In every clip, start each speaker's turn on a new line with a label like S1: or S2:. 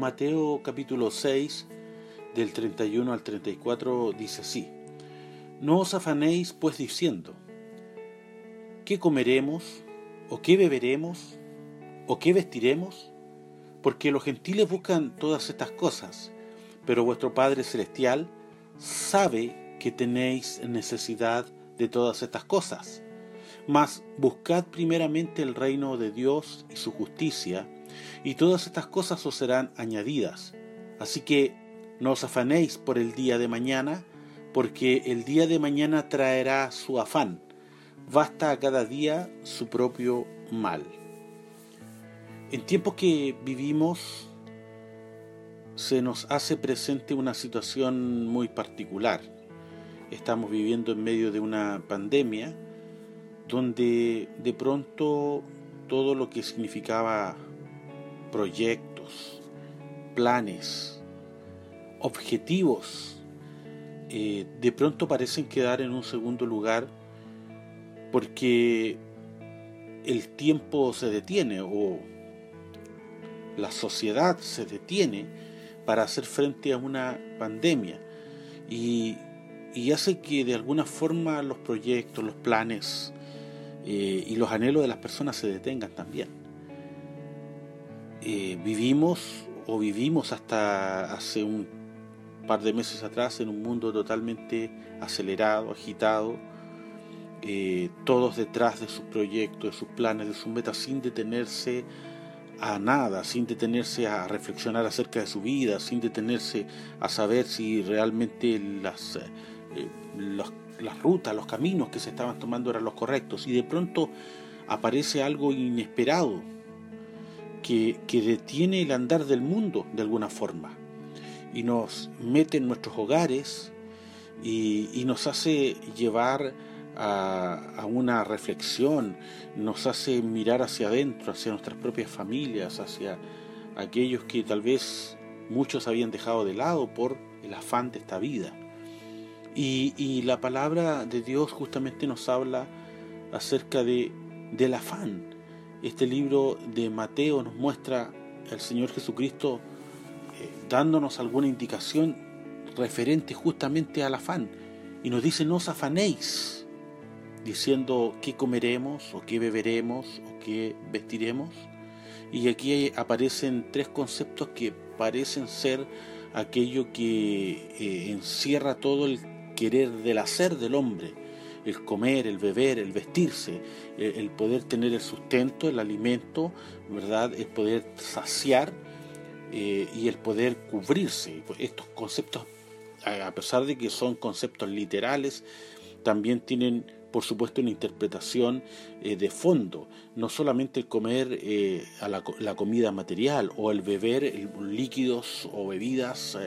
S1: Mateo capítulo 6, del 31 al 34, dice así: No os afanéis pues diciendo, ¿qué comeremos? ¿O qué beberemos? ¿O qué vestiremos? Porque los gentiles buscan todas estas cosas, pero vuestro Padre Celestial sabe que tenéis necesidad de todas estas cosas. Mas buscad primeramente el reino de Dios y su justicia, y todas estas cosas os serán añadidas. Así que no os afanéis por el día de mañana, porque el día de mañana traerá su afán. Basta a cada día su propio mal. En tiempos que vivimos se nos hace presente una situación muy particular. Estamos viviendo en medio de una pandemia donde de pronto todo lo que significaba proyectos, planes, objetivos, de pronto parecen quedar en un segundo lugar porque el tiempo se detiene o la sociedad se detiene para hacer frente a una pandemia y hace que de alguna forma los proyectos, los planes y los anhelos de las personas se detengan también. Vivimos hasta hace un par de meses atrás en un mundo totalmente acelerado, agitado, todos detrás de sus proyectos, de sus planes, de sus metas, sin detenerse a nada, sin detenerse a reflexionar acerca de su vida, sin detenerse a saber si realmente las rutas, los caminos que se estaban tomando eran los correctos. Y de pronto aparece algo inesperado que detiene el andar del mundo de alguna forma y nos mete en nuestros hogares y nos hace llevar a una reflexión, nos hace mirar hacia adentro, hacia nuestras propias familias, hacia aquellos que tal vez muchos habían dejado de lado por el afán de esta vida. Y la palabra de Dios justamente nos habla acerca del afán. Este libro de Mateo nos muestra al Señor Jesucristo dándonos alguna indicación referente justamente al afán. Y nos dice: no os afanéis, diciendo qué comeremos, o qué beberemos, o qué vestiremos. Y aquí aparecen tres conceptos que parecen ser aquello que encierra todo el querer del hacer del hombre: el comer, el beber, el vestirse, el poder tener el sustento, el alimento, ¿verdad? El poder saciar y el poder cubrirse. Estos conceptos, a pesar de que son conceptos literales, también tienen, por supuesto, una interpretación de fondo. No solamente el comer la comida material, o el beber líquidos o bebidas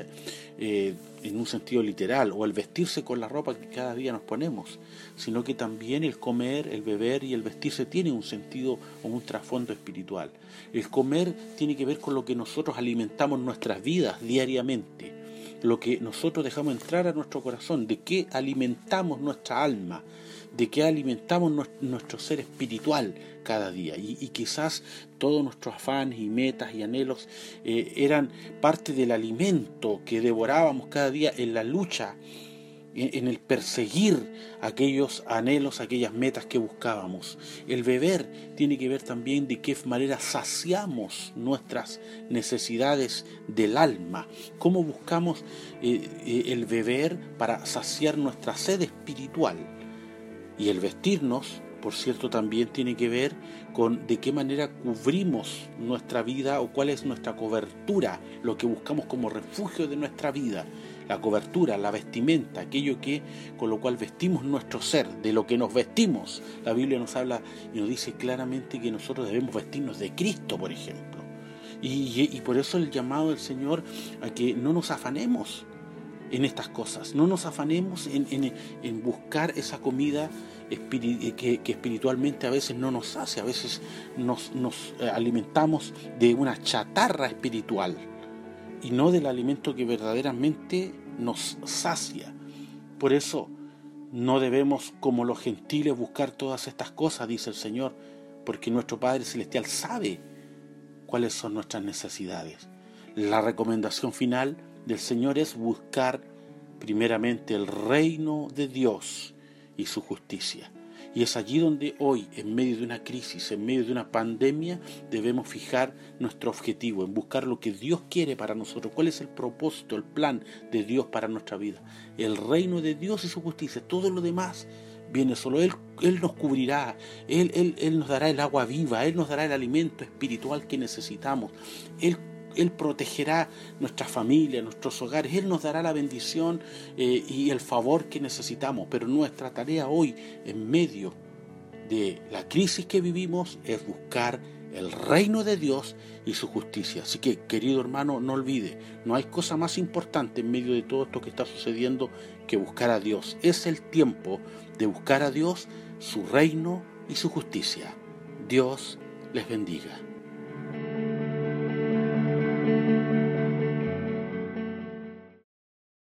S1: en un sentido literal, o el vestirse con la ropa que cada día nos ponemos, sino que también el comer, el beber y el vestirse tiene un sentido o un trasfondo espiritual. El comer tiene que ver con lo que nosotros alimentamos nuestras vidas diariamente, lo que nosotros dejamos entrar a nuestro corazón, de qué alimentamos nuestra alma, de qué alimentamos nuestro ser espiritual cada día. Y quizás todos nuestros afanes y metas y anhelos eran parte del alimento que devorábamos cada día en la lucha, en el perseguir aquellos anhelos, aquellas metas que buscábamos. El beber tiene que ver también de qué manera saciamos nuestras necesidades del alma, cómo buscamos el beber para saciar nuestra sed espiritual. Y el vestirnos, por cierto, también tiene que ver con de qué manera cubrimos nuestra vida, o cuál es nuestra cobertura, lo que buscamos como refugio de nuestra vida. La cobertura, la vestimenta, aquello con lo cual vestimos nuestro ser, de lo que nos vestimos. La Biblia nos habla y nos dice claramente que nosotros debemos vestirnos de Cristo, por ejemplo. Y por eso el llamado del Señor a que no nos afanemos en estas cosas, no nos afanemos en buscar esa comida que espiritualmente a veces no nos hace. A veces nos alimentamos de una chatarra espiritual y no del alimento que verdaderamente nos sacia. Por eso no debemos, como los gentiles, buscar todas estas cosas, dice el Señor, porque nuestro Padre Celestial sabe cuáles son nuestras necesidades. la recomendación final del Señor es buscar primeramente el reino de Dios y su justicia. Y es allí donde hoy, en medio de una crisis, en medio de una pandemia, debemos fijar nuestro objetivo, en buscar lo que Dios quiere para nosotros. ¿Cuál es el propósito, el plan de Dios para nuestra vida? El reino de Dios y su justicia. Todo lo demás viene solo. Él nos cubrirá, Él nos dará el agua viva, Él nos dará el alimento espiritual que necesitamos. Él protegerá nuestra familia, nuestros hogares. Él nos dará la bendición y el favor que necesitamos. Pero nuestra tarea hoy, en medio de la crisis que vivimos, es buscar el reino de Dios y su justicia. Así que, querido hermano, no olvide, no hay cosa más importante en medio de todo esto que está sucediendo que buscar a Dios. Es el tiempo de buscar a Dios, su reino y su justicia. Dios les bendiga.